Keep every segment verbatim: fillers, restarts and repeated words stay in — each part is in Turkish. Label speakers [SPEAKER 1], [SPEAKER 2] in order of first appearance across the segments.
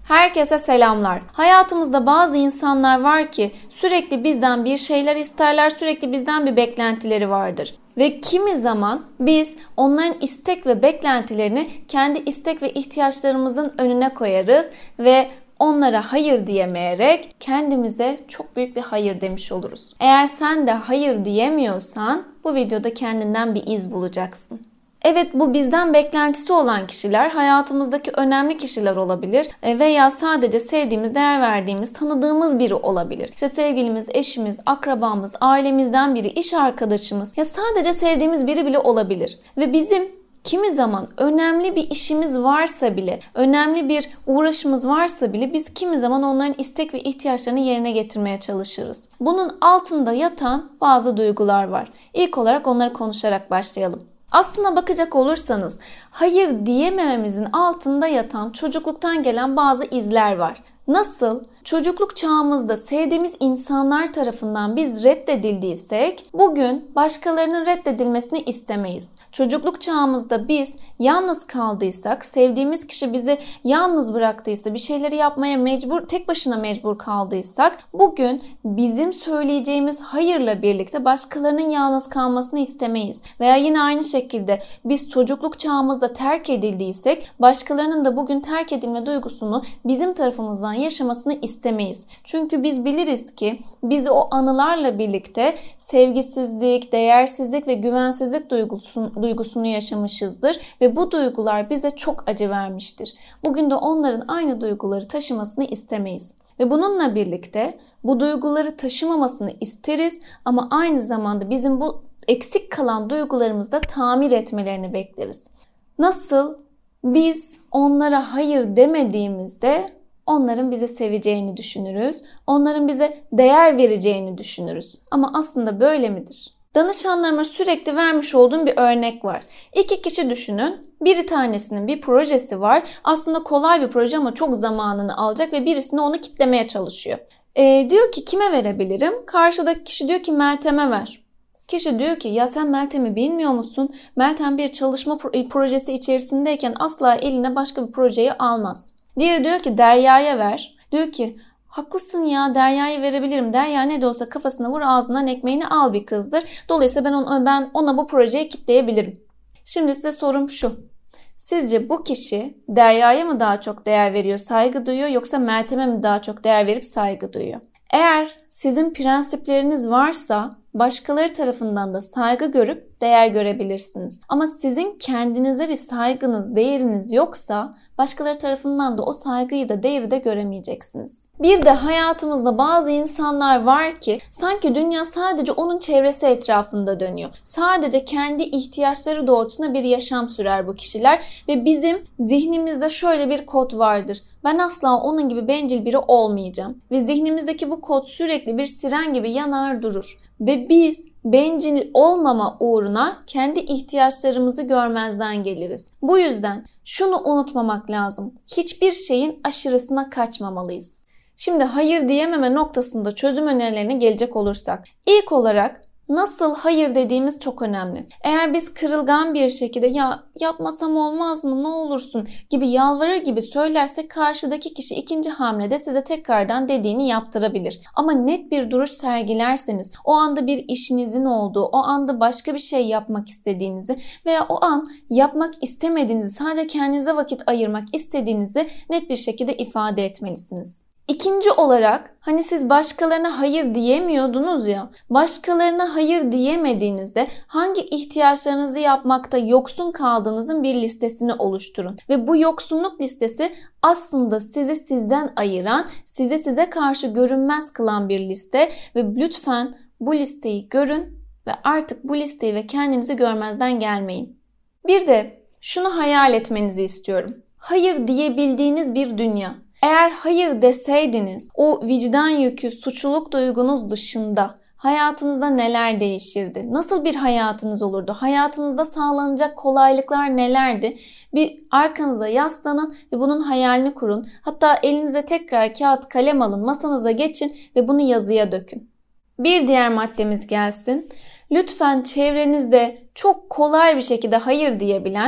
[SPEAKER 1] Herkese selamlar. Hayatımızda bazı insanlar var ki sürekli bizden bir şeyler isterler, sürekli bizden bir beklentileri vardır. Ve kimi zaman biz onların istek ve beklentilerini kendi istek ve ihtiyaçlarımızın önüne koyarız ve onlara hayır diyemeyerek kendimize çok büyük bir hayır demiş oluruz. Eğer sen de hayır diyemiyorsan bu videoda kendinden bir iz bulacaksın. Evet, bu bizden beklentisi olan kişiler hayatımızdaki önemli kişiler olabilir veya sadece sevdiğimiz, değer verdiğimiz, tanıdığımız biri olabilir. İşte sevgilimiz, eşimiz, akrabamız, ailemizden biri, iş arkadaşımız ya sadece sevdiğimiz biri bile olabilir. Ve bizim kimi zaman önemli bir işimiz varsa bile, önemli bir uğraşımız varsa bile biz kimi zaman onların istek ve ihtiyaçlarını yerine getirmeye çalışırız. Bunun altında yatan bazı duygular var. İlk olarak onları konuşarak başlayalım. Aslına bakacak olursanız hayır diyemememizin altında yatan çocukluktan gelen bazı izler var. Nasıl? Çocukluk çağımızda sevdiğimiz insanlar tarafından biz reddedildiysek bugün başkalarının reddedilmesini istemeyiz. Çocukluk çağımızda biz yalnız kaldıysak, sevdiğimiz kişi bizi yalnız bıraktıysa, bir şeyleri yapmaya mecbur, tek başına mecbur kaldıysak bugün bizim söyleyeceğimiz hayırla birlikte başkalarının yalnız kalmasını istemeyiz. Veya yine aynı şekilde biz çocukluk çağımızda terk edildiysek başkalarının da bugün terk edilme duygusunu bizim tarafımızdan yaşamasını istemeyiz. istemeyiz. Çünkü biz biliriz ki biz o anılarla birlikte sevgisizlik, değersizlik ve güvensizlik duygusunu, duygusunu yaşamışızdır ve bu duygular bize çok acı vermiştir. Bugün de onların aynı duyguları taşımasını istemeyiz. Ve bununla birlikte bu duyguları taşımamasını isteriz ama aynı zamanda bizim bu eksik kalan duygularımızı da tamir etmelerini bekleriz. Nasıl? Biz onlara hayır demediğimizde onların bizi seveceğini düşünürüz. Onların bize değer vereceğini düşünürüz. Ama aslında böyle midir? Danışanlarıma sürekli vermiş olduğum bir örnek var. İki kişi düşünün. Bir tanesinin bir projesi var. Aslında kolay bir proje ama çok zamanını alacak ve birisini onu kitlemeye çalışıyor. E, diyor ki kime verebilirim? Karşıdaki kişi diyor ki Meltem'e ver. Kişi diyor ki ya sen Meltem'i bilmiyor musun? Meltem bir çalışma projesi içerisindeyken asla eline başka bir projeyi almaz. Diğeri diyor ki Derya'ya ver. Diyor ki haklısın ya, Derya'ya verebilirim. Derya ne de olsa kafasına vur, ağzından ekmeğini al bir kızdır. Dolayısıyla ben ona, ben ona bu projeyi kitleyebilirim. Şimdi size sorum şu. Sizce bu kişi Derya'ya mı daha çok değer veriyor, saygı duyuyor yoksa Meltem'e mi daha çok değer verip saygı duyuyor? Eğer sizin prensipleriniz varsa başkaları tarafından da saygı görüp değer görebilirsiniz. Ama sizin kendinize bir saygınız, değeriniz yoksa başkaları tarafından da o saygıyı da değeri de göremeyeceksiniz. Bir de hayatımızda bazı insanlar var ki sanki dünya sadece onun çevresi etrafında dönüyor. Sadece kendi ihtiyaçları doğrultusunda bir yaşam sürer bu kişiler ve bizim zihnimizde şöyle bir kod vardır. Ben asla onun gibi bencil biri olmayacağım. Ve zihnimizdeki bu kod sürekli bir siren gibi yanar durur. Ve biz bencil olmama uğruna kendi ihtiyaçlarımızı görmezden geliriz. Bu yüzden şunu unutmamak lazım. Hiçbir şeyin aşırısına kaçmamalıyız. Şimdi hayır diyememe noktasında çözüm önerilerine gelecek olursak. İlk olarak nasıl hayır dediğimiz çok önemli. Eğer biz kırılgan bir şekilde ya yapmasam olmaz mı ne olursun gibi yalvarır gibi söylersek karşıdaki kişi ikinci hamlede size tekrardan dediğini yaptırabilir. Ama net bir duruş sergilerseniz o anda bir işinizin olduğu, o anda başka bir şey yapmak istediğinizi veya o an yapmak istemediğinizi, sadece kendinize vakit ayırmak istediğinizi net bir şekilde ifade etmelisiniz. İkinci olarak hani siz başkalarına hayır diyemiyordunuz ya, başkalarına hayır diyemediğinizde hangi ihtiyaçlarınızı yapmakta yoksun kaldığınızın bir listesini oluşturun. Ve bu yoksunluk listesi aslında sizi sizden ayıran, sizi size karşı görünmez kılan bir liste ve lütfen bu listeyi görün ve artık bu listeyi ve kendinizi görmezden gelmeyin. Bir de şunu hayal etmenizi istiyorum. Hayır diyebildiğiniz bir dünya. Eğer hayır deseydiniz o vicdan yükü, suçluluk duygunuz dışında hayatınızda neler değişirdi? Nasıl bir hayatınız olurdu? Hayatınızda sağlanacak kolaylıklar nelerdi? Bir arkanıza yaslanın ve bunun hayalini kurun. Hatta elinize tekrar kağıt kalem alın, masanıza geçin ve bunu yazıya dökün. Bir diğer maddemiz gelsin. Lütfen çevrenizde çok kolay bir şekilde hayır diyebilen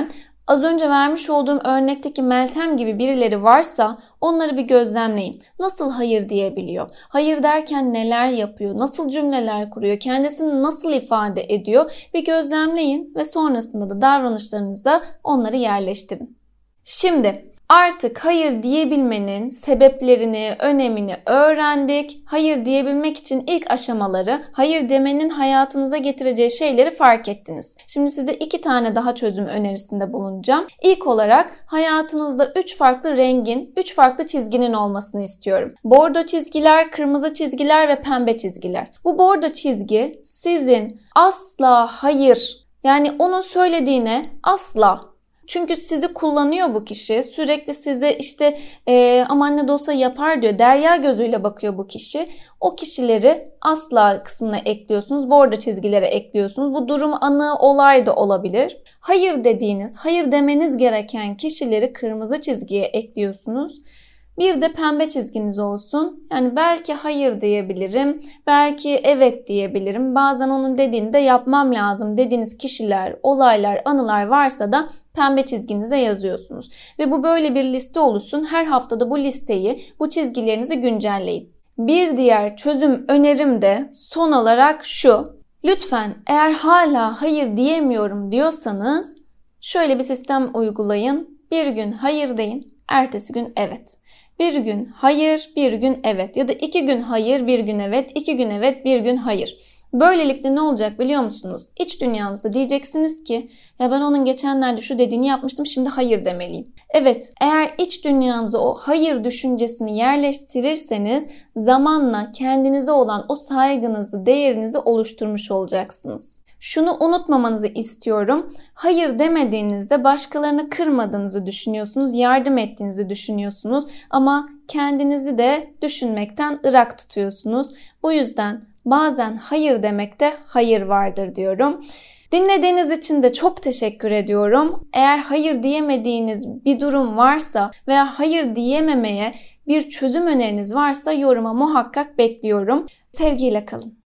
[SPEAKER 1] Az önce vermiş olduğum örnekteki Meltem gibi birileri varsa onları bir gözlemleyin. Nasıl hayır diyebiliyor? Hayır derken neler yapıyor? Nasıl cümleler kuruyor? Kendisini nasıl ifade ediyor? Bir gözlemleyin ve sonrasında da davranışlarınızda onları yerleştirin. Şimdi artık hayır diyebilmenin sebeplerini, önemini öğrendik. Hayır diyebilmek için ilk aşamaları, hayır demenin hayatınıza getireceği şeyleri fark ettiniz. Şimdi size iki tane daha çözüm önerisinde bulunacağım. İlk olarak hayatınızda üç farklı rengin, üç farklı çizginin olmasını istiyorum. Bordo çizgiler, kırmızı çizgiler ve pembe çizgiler. Bu bordo çizgi sizin asla hayır, yani onun söylediğine asla. Çünkü sizi kullanıyor bu kişi. Sürekli size işte e, aman ne de olsa yapar diyor. Derya gözüyle bakıyor bu kişi. O kişileri asla kısmına ekliyorsunuz. Bordo çizgilere ekliyorsunuz. Bu durum, anı, olay da olabilir. Hayır dediğiniz, hayır demeniz gereken kişileri kırmızı çizgiye ekliyorsunuz. Bir de pembe çizginiz olsun. Yani belki hayır diyebilirim, belki evet diyebilirim. Bazen onun dediğini de yapmam lazım dediğiniz kişiler, olaylar, anılar varsa da pembe çizginize yazıyorsunuz. Ve bu böyle bir liste oluşsun. Her haftada bu listeyi, bu çizgilerinizi güncelleyin. Bir diğer çözüm önerim de son olarak şu. Lütfen eğer hala hayır diyemiyorum diyorsanız şöyle bir sistem uygulayın. Bir gün hayır deyin, ertesi gün evet. Bir gün hayır, bir gün evet, ya da iki gün hayır, bir gün evet, iki gün evet, bir gün hayır. Böylelikle ne olacak biliyor musunuz? İç dünyanızda diyeceksiniz ki ya ben onun geçenlerde şu dediğini yapmıştım, şimdi hayır demeliyim. Evet, eğer iç dünyanıza o hayır düşüncesini yerleştirirseniz zamanla kendinize olan o saygınızı, değerinizi oluşturmuş olacaksınız. Şunu unutmamanızı istiyorum. Hayır demediğinizde başkalarını kırmadığınızı düşünüyorsunuz, yardım ettiğinizi düşünüyorsunuz ama kendinizi de düşünmekten ırak tutuyorsunuz. Bu yüzden bazen hayır demekte hayır vardır diyorum. Dinlediğiniz için de çok teşekkür ediyorum. Eğer hayır diyemediğiniz bir durum varsa veya hayır diyememeye bir çözüm öneriniz varsa yoruma muhakkak bekliyorum. Sevgiyle kalın.